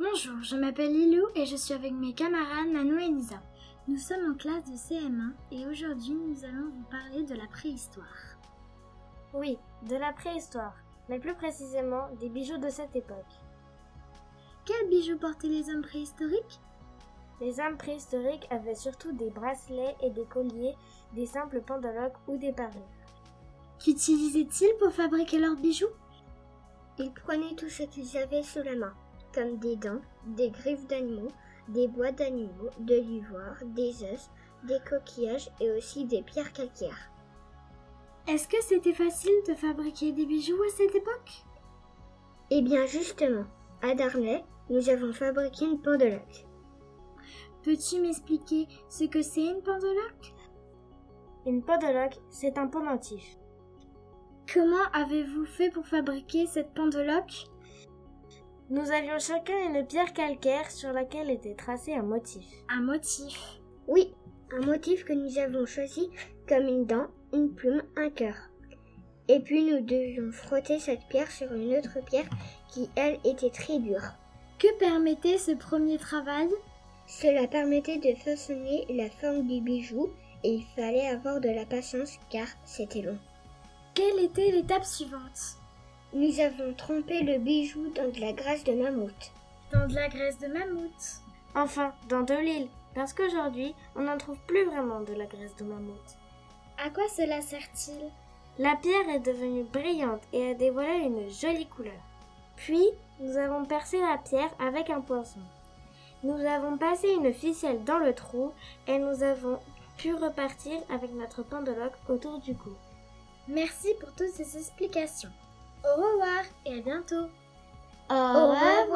Bonjour, je m'appelle Lilou et je suis avec mes camarades Manou et Lisa. Nous sommes en classe de CM1 et aujourd'hui nous allons vous parler de la préhistoire. Oui, de la préhistoire, mais plus précisément des bijoux de cette époque. Quels bijoux portaient les hommes préhistoriques ? Les hommes préhistoriques avaient surtout des bracelets et des colliers, des simples pendeloques ou des parures. Qu'utilisaient-ils pour fabriquer leurs bijoux ? Ils prenaient tout ce qu'ils avaient sous la main, comme des dents, des griffes d'animaux, des bois d'animaux, de l'ivoire, des os, des coquillages et aussi des pierres calcaires. Est-ce que c'était facile de fabriquer des bijoux à cette époque ? Eh bien justement, à Darnley, nous avons fabriqué une pendeloque. Peux-tu m'expliquer ce que c'est une pendeloque ? Une pendeloque, c'est un pendentif. Comment avez-vous fait pour fabriquer cette pendeloque ? Nous avions chacun une pierre calcaire sur laquelle était tracé un motif. Un motif ? Oui, un motif que nous avons choisi comme une dent, une plume, un cœur. Et puis nous devions frotter cette pierre sur une autre pierre qui, elle, était très dure. Que permettait ce premier travail ? Cela permettait de façonner la forme du bijou et il fallait avoir de la patience car c'était long. Quelle était l'étape suivante ? Nous avons trempé le bijou dans de la graisse de mammouth. Dans de la graisse de mammouth. Enfin, dans de l'huile, parce qu'aujourd'hui, on n'en trouve plus vraiment de la graisse de mammouth. À quoi cela sert-il ? La pierre est devenue brillante et a dévoilé une jolie couleur. Puis, nous avons percé la pierre avec un poinçon. Nous avons passé une ficelle dans le trou et nous avons pu repartir avec notre pendeloque autour du cou. Merci pour toutes ces explications. Au revoir et à bientôt. Au revoir.